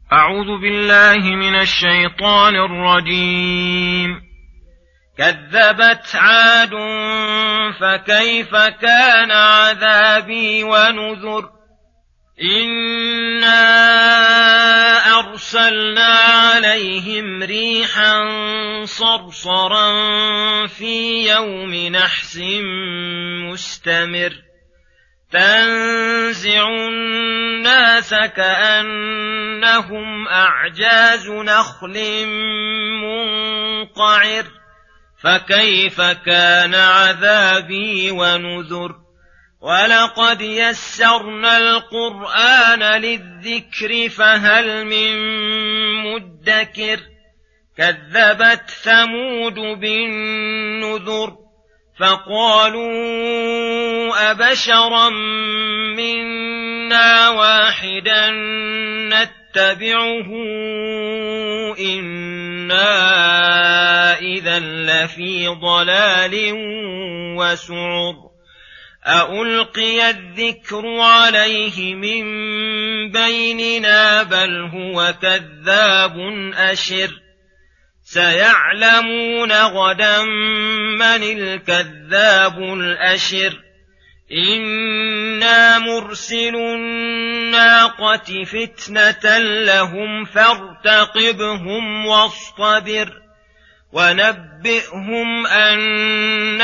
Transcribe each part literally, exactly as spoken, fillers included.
أعوذ بالله من الشيطان الرجيم. كذبت عاد فكيف كان عذابي ونذر. إنا أرسلنا عليهم ريحا صرصرا في يوم نحس مستمر تنزع الناس كأنهم أعجاز نخل منقعر فكيف كان عذابي ونذر. ولقد يسرنا القرآن للذكر فهل من مدكر. كذبت ثمود بالنذر فقالوا أبشرا منا واحدا نتبعه إنا إذا لفي ضلال وسعر. أألقي الذكر عليه من بيننا بل هو كذاب أشر. سيعلمون غدا من الكذاب الأشر. إنا مرسل الناقة فتنة لهم فارتقبهم واصطبر. ونبئهم أن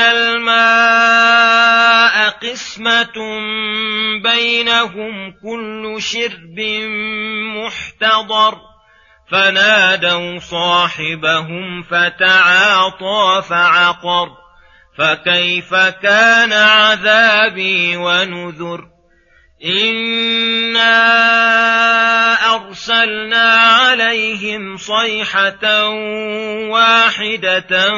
الماء قسمة بينهم كل شرب محتضر. فنادوا صاحبهم فتعاطى فعقر فكيف كان عذابي ونذر. إنا أرسلنا عليهم صيحة واحدة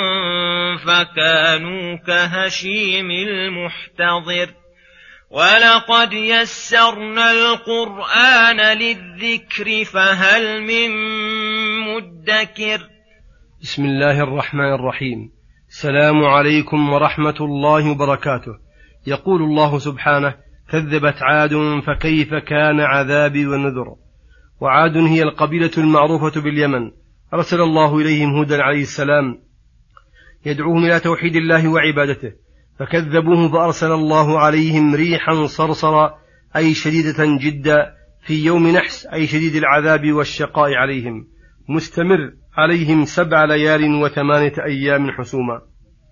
فكانوا كهشيم المحتضر. ولقد يسرنا القرآن للذكر فهل من مدكر. بسم الله الرحمن الرحيم. السلام عليكم ورحمة الله وبركاته. يقول الله سبحانه: كذبت عاد فكيف كان عذابي ونذر. وعاد هي القبيلة المعروفة باليمن، أرسل الله إليهم هودا عليه السلام يدعوهم إلى توحيد الله وعبادته، فكذبوه فأرسل الله عليهم ريحا صرصرا أي شديدة جدا في يوم نحس أي شديد العذاب والشقاء عليهم، مستمر عليهم سبع ليال وثمانية أيام حسوما،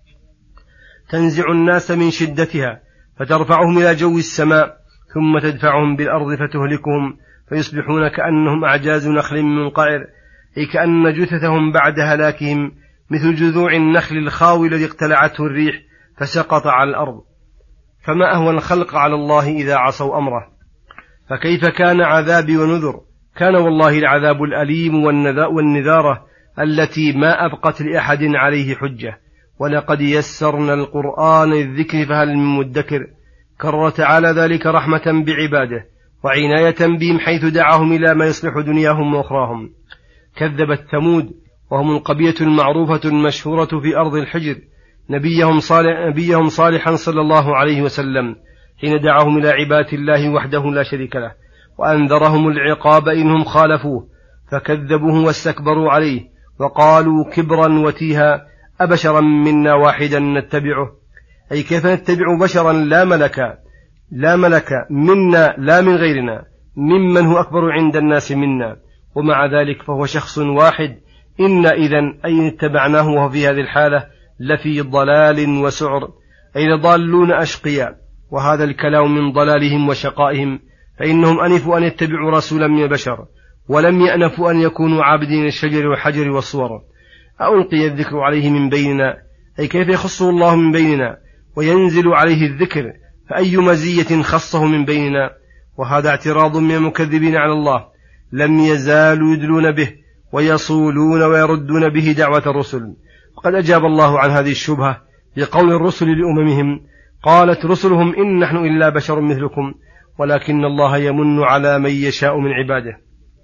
تنزع الناس من شدتها فترفعهم إلى جو السماء ثم تدفعهم بالأرض فتهلكهم فيصبحون كأنهم أعجاز نخل منقعر، أي كأن جثثهم بعد هلاكهم مثل جذوع النخل الخاوي الذي اقتلعته الريح فسقط على الأرض. فما أهوى الخلق على الله إذا عصوا أمره. فكيف كان عذابي ونذر. كان والله العذاب الأليم والنذارة التي ما أبقت لأحد عليه حجة. ولقد يسرنا القرآن للذكر فهل من مدكر. كرر تعالى ذلك رحمة بعباده وعناية بهم حيث دعاهم إلى ما يصلح دنياهم وأخراهم. كذبت ثمود وهم القبيلة المعروفة المشهورة في أرض الحجر نبيهم صالح نبيهم صالحا صلى الله عليه وسلم حين دعاهم إلى عبادة الله وحده لا شريك له، وأنذرهم العقاب إنهم خالفوه فكذبوه واستكبروا عليه وقالوا كبرا وتيها: أبشرا منا واحدا نتبعه. أي كيف نتبع بشرا لا ملك لا ملك منا لا من غيرنا ممن هو أكبر عند الناس منا، ومع ذلك فهو شخص واحد. إنا إذن أي اتبعناه وهو في هذه الحالة لفي ضلال وسعر، أي ضالون أشقياء. وهذا الكلام من ضلالهم وشقائهم، فإنهم أنفوا أن يتبعوا رسولا من البشر ولم يأنفوا أن يكونوا عابدين الشجر والحجر والصور. ألقي الذكر عليه من بيننا، أي كيف يخصه الله من بيننا وينزل عليه الذكر، فأي مزية خصه من بيننا. وهذا اعتراض من المكذبين على الله، لم يزالوا يدلون به ويصولون ويردون به دعوة الرسل. وقد أجاب الله عن هذه الشبهة بقول الرسل لأممهم: قالت رسلهم إن نحن إلا بشر مثلكم ولكن الله يمن على من يشاء من عباده.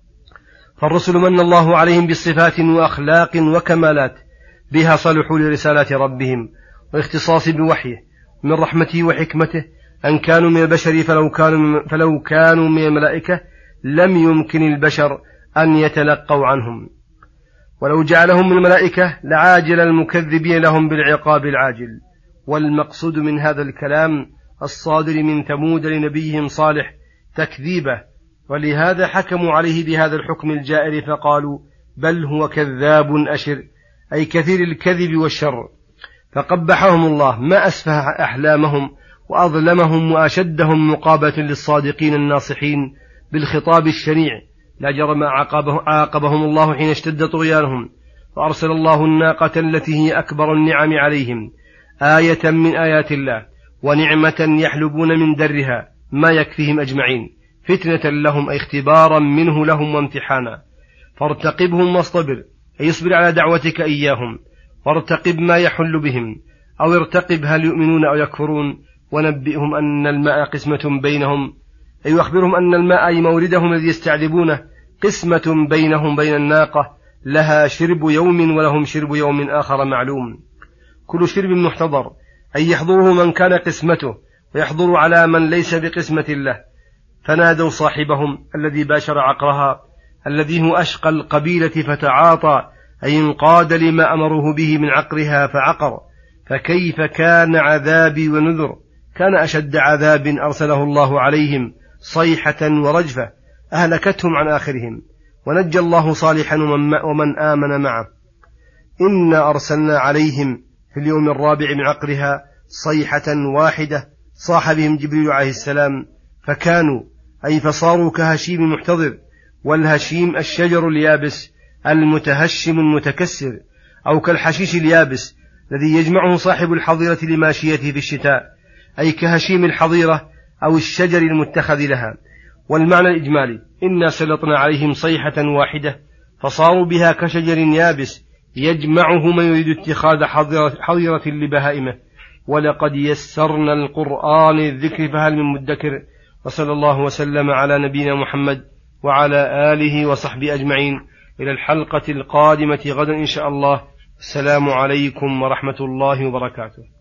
فالرسل من الله عليهم بصفات وأخلاق وكمالات بها صلحوا لرسالات ربهم والاختصاص بوحيه. من رحمته وحكمته أن كانوا من البشر فلو كانوا, فلو كانوا من الملائكة لم يمكن البشر أن يتلقوا عنهم. ولو جعلهم الملائكة لعاجل المكذبين لهم بالعقاب العاجل. والمقصود من هذا الكلام الصادر من ثمود لنبيهم صالح تكذيبه، ولهذا حكموا عليه بهذا الحكم الجائر فقالوا بل هو كذاب أشر، أي كثير الكذب والشر. فقبحهم الله ما أسفه أحلامهم وأظلمهم وأشدهم مقابة للصادقين الناصحين بالخطاب الشنيع. لا جرم عاقبهم الله حين اشتد طغيانهم، فأرسل الله الناقة التي هي أكبر النعم عليهم آية من آيات الله ونعمة يحلبون من درها ما يكفيهم أجمعين، فتنة لهم أي اختبارا منه لهم وامتحانا. فارتقبهم واصطبر، أي اصبر على دعوتك إياهم، وارتقب ما يحل بهم، أو ارتقب هل يؤمنون أو يكفرون. ونبئهم أن الماء قسمة بينهم، أي يخبرهم أن الماء أي موردهم الذي يستعذبونه قسمة بينهم بين الناقة، لها شرب يوم ولهم شرب يوم آخر معلوم. كل شرب محتضر، أي يحضره من كان قسمته ويحضر على من ليس بقسمة الله. فنادوا صاحبهم الذي باشر عقرها الذي هو أشقى القبيلة فتعاطى، أي انقاد لما أمروه به من عقرها فعقر. فكيف كان عذابي ونذر، كان أشد عذاب أرسله الله عليهم صيحة ورجفة أهلكتهم عن آخرهم، ونجى الله صالحا ومن آمن معه. إنا أرسلنا عليهم في اليوم الرابع من عقرها صيحة واحدة صاح بهم جبريل عليه السلام فكانوا، أي فصاروا كهشيم محتضر. والهشيم الشجر اليابس المتهشم المتكسر، أو كالحشيش اليابس الذي يجمعه صاحب الحظيرة لماشيته في الشتاء، أي كهشيم الحظيرة أو الشجر المتخذ لها. والمعنى الإجمالي إنا سلطنا عليهم صيحة واحدة فصاروا بها كشجر يابس يجمعه من يريد اتخاذ حظيرة لبهائمه. ولقد يسرنا القرآن للذكر فهل من مدكر. وصلى الله وسلم على نبينا محمد وعلى آله وصحبه أجمعين. إلى الحلقة القادمة غدا إن شاء الله. السلام عليكم ورحمة الله وبركاته.